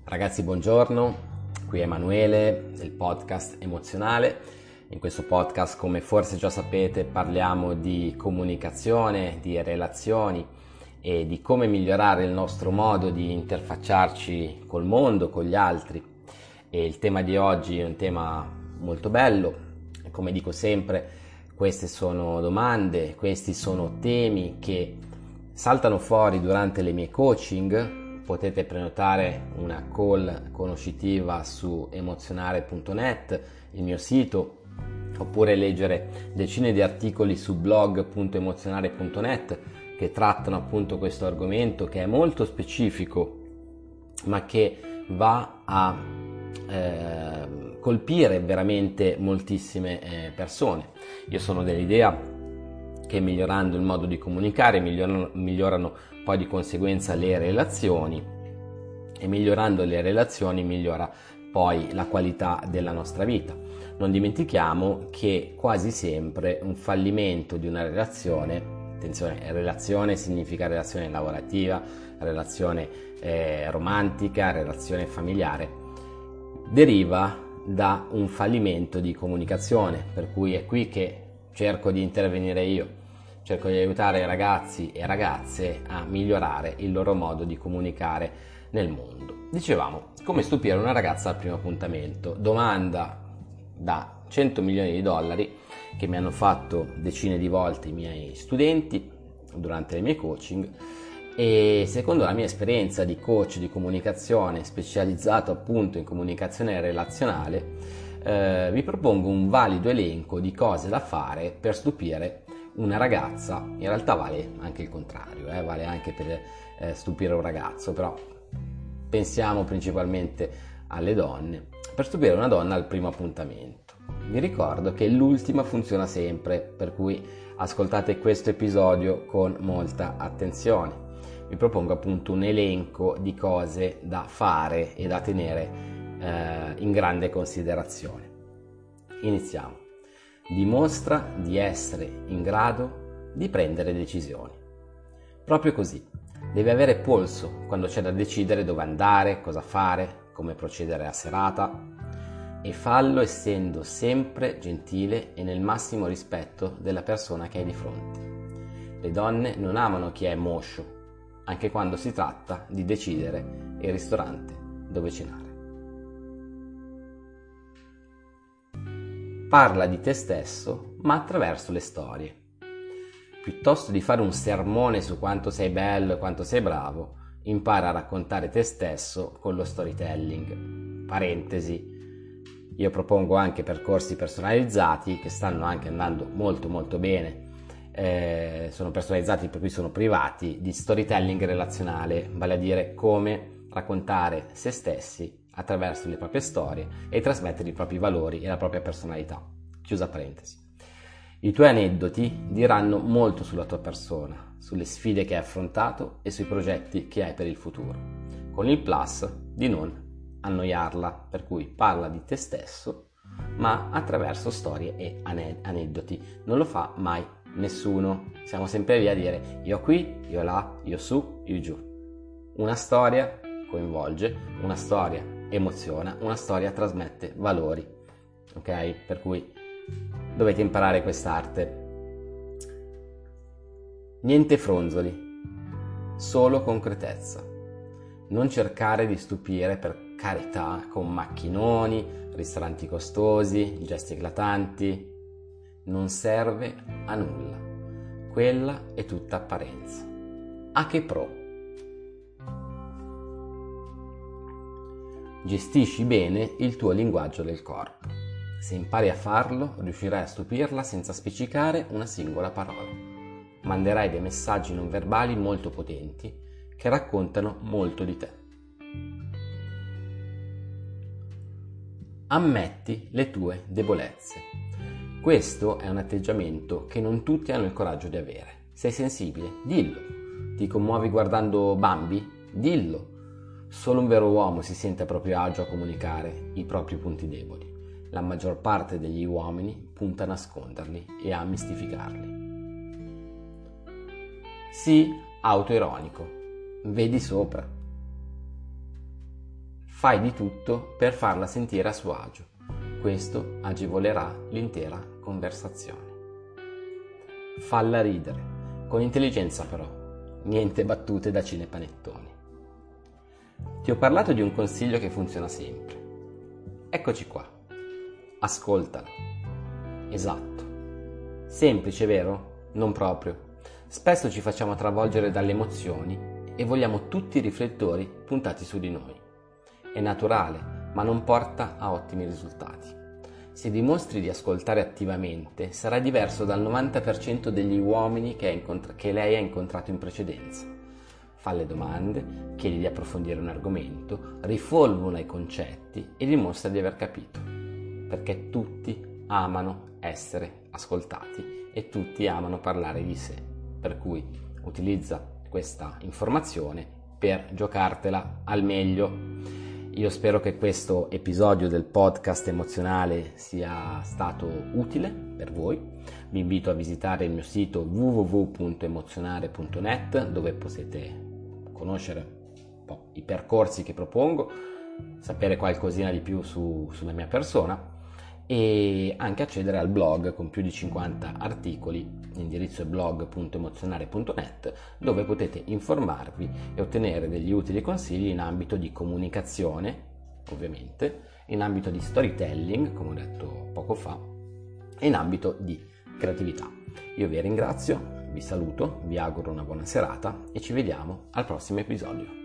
Ragazzi, buongiorno, qui è Emanuele del podcast Emozionale. In questo podcast, come forse già sapete, parliamo di comunicazione, di relazioni e di come migliorare il nostro modo di interfacciarci col mondo, con gli altri. E il tema di oggi è un tema molto bello. Come dico sempre, queste sono domande, questi sono temi che saltano fuori durante le mie coaching. Potete prenotare una call conoscitiva su emozionare.net, il mio sito, oppure leggere decine di articoli su blog.emozionare.net che trattano appunto questo argomento, che è molto specifico ma che va a colpire veramente moltissime persone. Io sono dell'idea che migliorando il modo di comunicare migliorano poi di conseguenza le relazioni, e migliorando le relazioni migliora poi la qualità della nostra vita. Non dimentichiamo che quasi sempre un fallimento di una relazione, attenzione, relazione significa relazione lavorativa, relazione romantica, relazione familiare, deriva da un fallimento di comunicazione, per cui è qui che cerco di intervenire io. Cerco di aiutare ragazzi e ragazze a migliorare il loro modo di comunicare nel mondo. Dicevamo, come stupire una ragazza al primo appuntamento? Domanda da 100 milioni di dollari che mi hanno fatto decine di volte i miei studenti durante le mie coaching, e secondo la mia esperienza di coach di comunicazione specializzato appunto in comunicazione relazionale, vi propongo un valido elenco di cose da fare per stupire una ragazza. In realtà vale anche il contrario, vale anche per stupire un ragazzo, però pensiamo principalmente alle donne. Per stupire una donna al primo appuntamento, vi ricordo che l'ultima funziona sempre, per cui ascoltate questo episodio con molta attenzione. Vi propongo appunto un elenco di cose da fare e da tenere in grande considerazione. Iniziamo. Dimostra di essere in grado di prendere decisioni. Proprio così. Devi avere polso quando c'è da decidere dove andare, cosa fare, come procedere a serata, e fallo essendo sempre gentile e nel massimo rispetto della persona che hai di fronte. Le donne non amano chi è moscio, anche quando si tratta di decidere il ristorante dove cenare. Parla di te stesso, ma attraverso le storie. Piuttosto di fare un sermone su quanto sei bello e quanto sei bravo, impara a raccontare te stesso con lo storytelling. Parentesi, io propongo anche percorsi personalizzati che stanno anche andando molto bene. Sono personalizzati, per cui sono privati, di storytelling relazionale, vale a dire come raccontare se stessi attraverso le proprie storie e trasmettere i propri valori e la propria personalità. Chiusa parentesi. I tuoi aneddoti diranno molto sulla tua persona, sulle sfide che hai affrontato e sui progetti che hai per il futuro, con il plus di non annoiarla, per cui parla di te stesso ma attraverso storie e aneddoti. Non lo fa mai nessuno, siamo sempre lì a dire io qui, io là, io su, io giù. Una storia coinvolge, una storia emoziona, una storia trasmette valori, ok? Per cui dovete imparare quest'arte. Niente fronzoli, solo concretezza. Non cercare di stupire, per carità, con macchinoni, ristoranti costosi, gesti eclatanti. Non serve a nulla. Quella è tutta apparenza. A che pro? Gestisci bene il tuo linguaggio del corpo. Se impari a farlo, riuscirai a stupirla senza spiccicare una singola parola. Manderai dei messaggi non verbali molto potenti che raccontano molto di te. Ammetti le tue debolezze. Questo è un atteggiamento che non tutti hanno il coraggio di avere. Sei sensibile? Dillo. Ti commuovi guardando Bambi? Dillo. Solo un vero uomo si sente a proprio agio a comunicare i propri punti deboli. La maggior parte degli uomini punta a nasconderli e a mistificarli. Sii autoironico. Vedi sopra. fai di tutto per farla sentire a suo agio. Questo agevolerà l'intera conversazione. Falla ridere, con intelligenza però, niente battute da cinepanettoni. Ti ho parlato di un consiglio che funziona sempre. Eccoci qua. Ascoltalo. Esatto. Semplice, vero? Non proprio. Spesso ci facciamo travolgere dalle emozioni e vogliamo tutti i riflettori puntati su di noi. È naturale, ma non porta a ottimi risultati. Se dimostri di ascoltare attivamente, sarà diverso dal 90% degli uomini che lei ha incontrato in precedenza. Fa le domande, chiedi di approfondire un argomento, riformula i concetti e dimostra di aver capito. Perché tutti amano essere ascoltati e tutti amano parlare di sé. Per cui utilizza questa informazione per giocartela al meglio. Io spero che questo episodio del podcast emozionale sia stato utile per voi. Vi invito a visitare il mio sito www.emozionare.net, dove potete conoscere un po' i percorsi che propongo, sapere qualcosina di più sulla mia persona e anche accedere al blog con più di 50 articoli. L'indirizzo è blog.emozionare.net, dove potete informarvi e ottenere degli utili consigli in ambito di comunicazione, ovviamente, in ambito di storytelling, come ho detto poco fa, e in ambito di creatività. Io vi ringrazio, vi saluto, vi auguro una buona serata e ci vediamo al prossimo episodio.